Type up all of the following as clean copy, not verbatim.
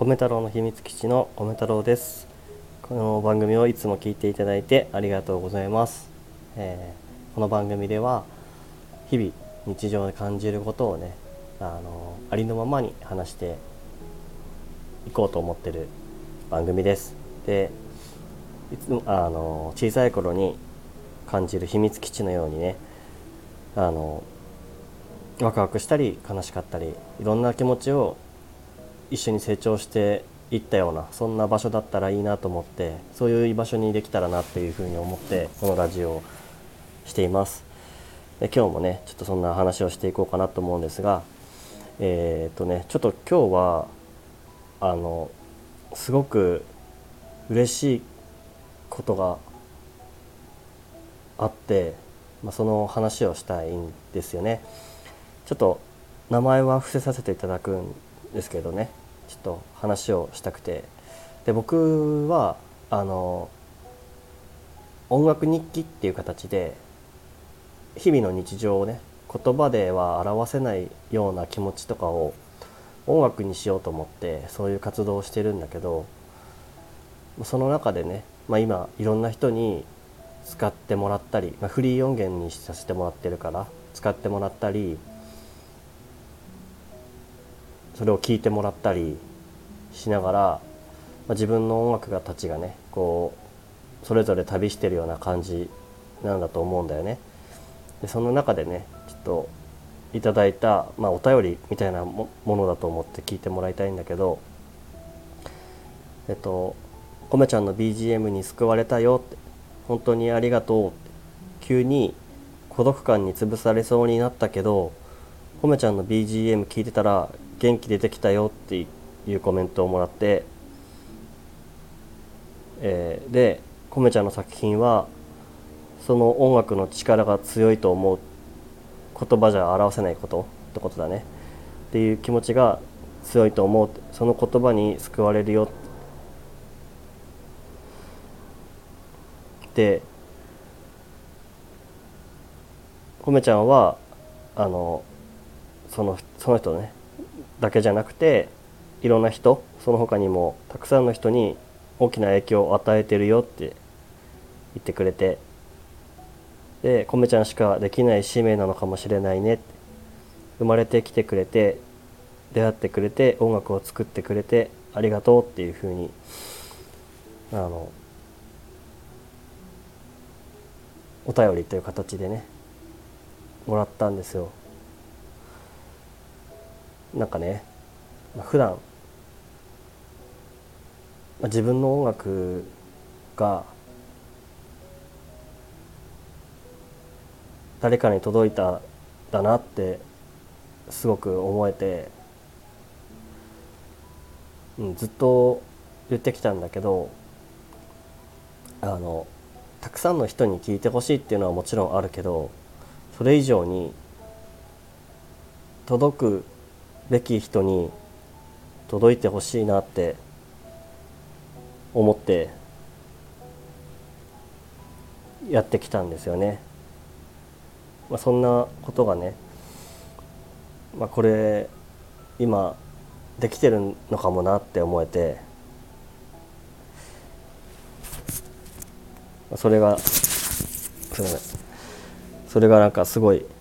米太郎の秘密基地の米太郎です。この番組をいつも聞いていただいてありがとうございます。この番組では日々日常で感じることをね、ありのままに話していこうと思ってる番組です。で、いつも小さい頃に感じる秘密基地のようにね、ワクワクしたり悲しかったりいろんな気持ちを一緒に成長していったような、そんな場所だったらいいなと思って、そういう居場所にできたらなっていうふうに思ってこのラジオをしています。で、今日もねちょっとそんな話をしていこうかなと思うんですが、ちょっと今日はすごく嬉しいことがあって、その話をしたいんですよね。ちょっと名前は伏せさせていただくんですけどね、ちょっと話をしたくて。で、僕は音楽日記っていう形で日々の日常をね、言葉では表せないような気持ちとかを音楽にしようと思ってそういう活動をしてるんだけど、その中でね、今いろんな人に使ってもらったり、フリー音源にさせてもらってるから使ってもらったり、それを聞いてもらったりしながら、自分の音楽たちがねこうそれぞれ旅してるような感じなんだと思うんだよね。で、その中でねちょっといただいた、お便りみたいなものだと思って聞いてもらいたいんだけど、コメちゃんの BGM に救われたよって、本当にありがとうって、急に孤独感に潰されそうになったけどコメちゃんの BGM 聞いてたら元気出てきたよっていうコメントをもらって、で、コメちゃんの作品はその音楽の力が強いと思う、言葉じゃ表せないことってことだねっていう気持ちが強いと思う、その言葉に救われるよって。コメちゃんはその人ねだけじゃなくて、いろんな人、その他にもたくさんの人に大きな影響を与えてるよって言ってくれて、で、コメちゃんしかできない使命なのかもしれないねって、生まれてきてくれて出会ってくれて音楽を作ってくれてありがとうっていうふうにお便りという形でねもらったんですよ。なんかね、普段、自分の音楽が誰かに届いたんだなってすごく思えて、ずっと言ってきたんだけど、たくさんの人に聞いてほしいっていうのはもちろんあるけど、それ以上に届くべき人に届いてほしいなって思ってやってきたんですよね。そんなことがね、これ今できてるのかもなって思えて、それがすいません、それがなんかすごい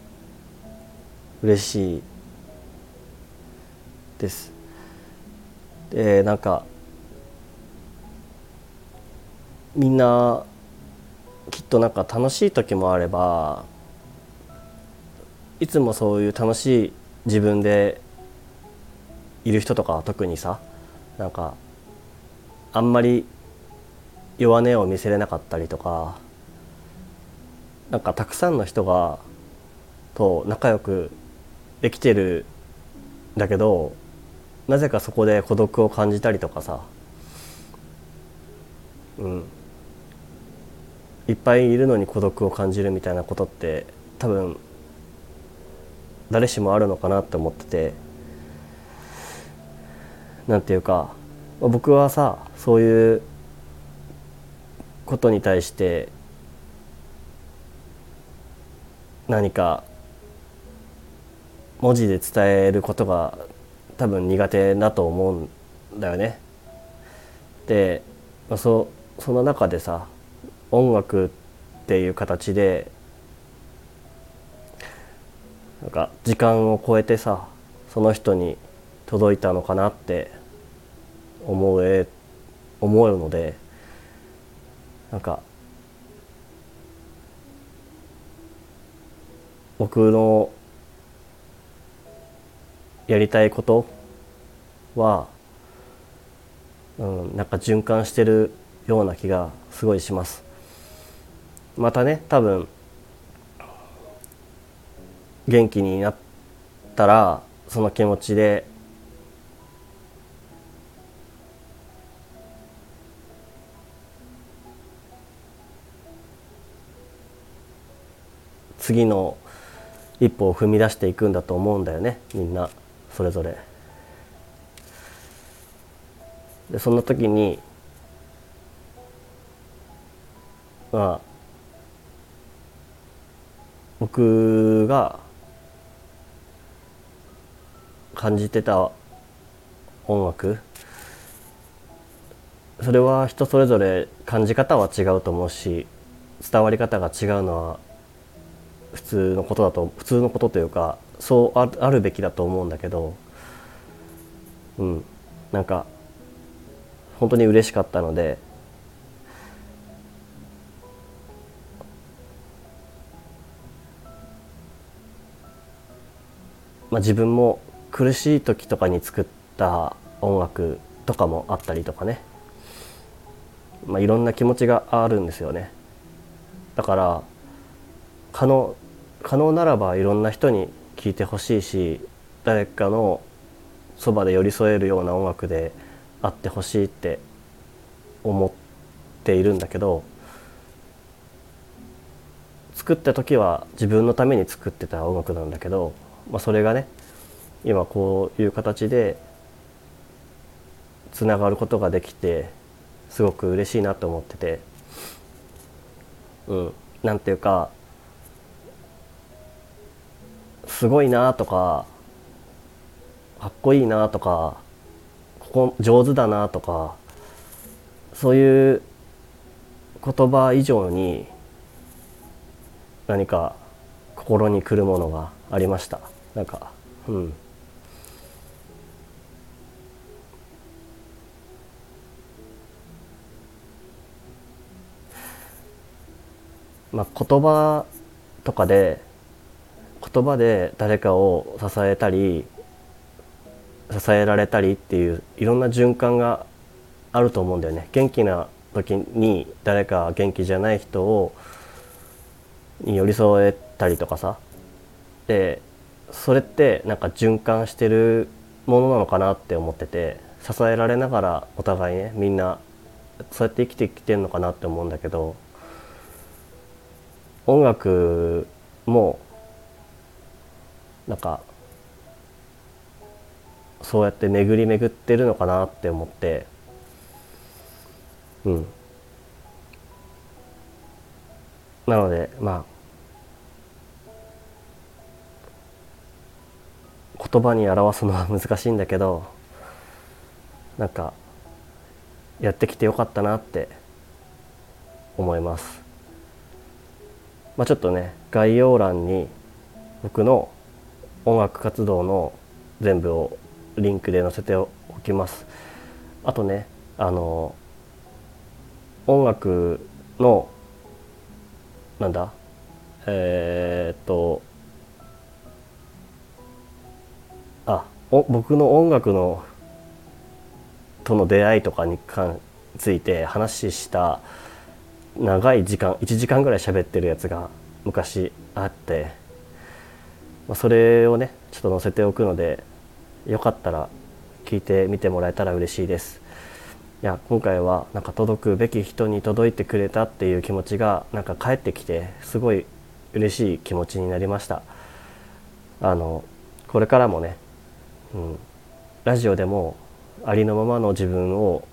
嬉しいです。で、なんかみんなきっとなんか楽しい時もあれば、いつもそういう楽しい自分でいる人とかは特にさ、なんかあんまり弱音を見せれなかったりとか、なんかたくさんの人がと仲良くできてるんだけど、なぜかそこで孤独を感じたりとかさ、いっぱいいるのに孤独を感じるみたいなことって多分誰しもあるのかなって思ってて、なんていうか、僕はさそういうことに対して何か文字で伝えることが多分苦手だと思うんだよね。で、その中でさ、音楽っていう形でなんか時間を超えてさ、その人に届いたのかなって思うので、なんか僕のやりたいことは、なんか循環してるような気がすごいします。またね、多分元気になったらその気持ちで次の一歩を踏み出していくんだと思うんだよね、みんなそれぞれ。でそんな時にまあ僕が感じてた音楽、それは人それぞれ感じ方は違うと思うし、伝わり方が違うのは普通のことというか、そうあるべきだと思うんだけど、なんか本当に嬉しかったので、自分も苦しい時とかに作った音楽とかもあったりとかね、いろんな気持ちがあるんですよね。だから可能可能ならばいろんな人に聴いてほしいし、誰かのそばで寄り添えるような音楽であってほしいって思っているんだけど、作った時は自分のために作ってた音楽なんだけど、それがね今こういう形でつながることができてすごく嬉しいなと思ってて、なんていうか、すごいなとかかっこいいなとかここ上手だなとか、そういう言葉以上に何か心に来るものがありました。なんか言葉とかで言葉で誰かを支えたり支えられたりっていういろんな循環があると思うんだよね。元気な時に誰か元気じゃない人をに寄り添えたりとかさ、でそれってなんか循環してるものなのかなって思ってて、支えられながらお互いね、みんなそうやって生きてきてるのかなって思うんだけど、音楽もなんかそうやって巡り巡ってるのかなって思って、なので言葉に表すのは難しいんだけど、なんかやってきてよかったなって思います。ちょっとね概要欄に僕の音楽活動の全部をリンクで載せておきます。あとね、音楽のなんだえー、っと僕の音楽のとの出会いとかについて話した長い時間1時間ぐらい喋ってるやつが昔あって、それをねちょっと載せておくので、よかったら聞いてみてもらえたら嬉しいです。いや今回はなんか届くべき人に届いてくれたっていう気持ちがなんか返ってきて、すごい嬉しい気持ちになりました。これからもね、ラジオでもありのままの自分を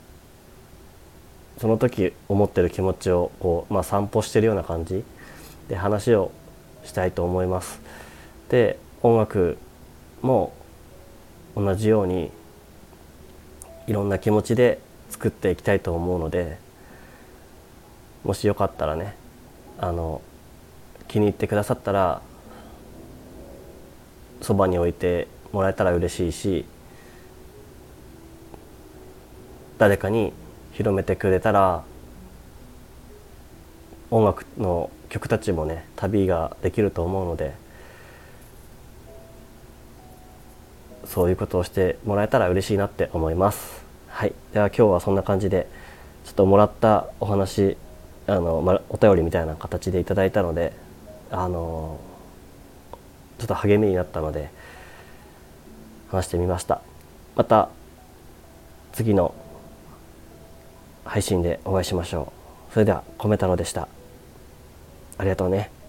その時思ってる気持ちを散歩してるような感じで話をしたいと思います。で音楽も同じようにいろんな気持ちで作っていきたいと思うので、もしよかったらね、気に入ってくださったらそばに置いてもらえたら嬉しいし、誰かに広めてくれたら音楽の曲たちもね旅ができると思うので、そういうことをしてもらえたら嬉しいなって思います。はい、では今日はそんな感じでちょっともらったお話、お便りみたいな形でいただいたので、ちょっと励みになったので話してみました。また次の配信でお会いしましょう。それでは米太郎でした。ありがとうね。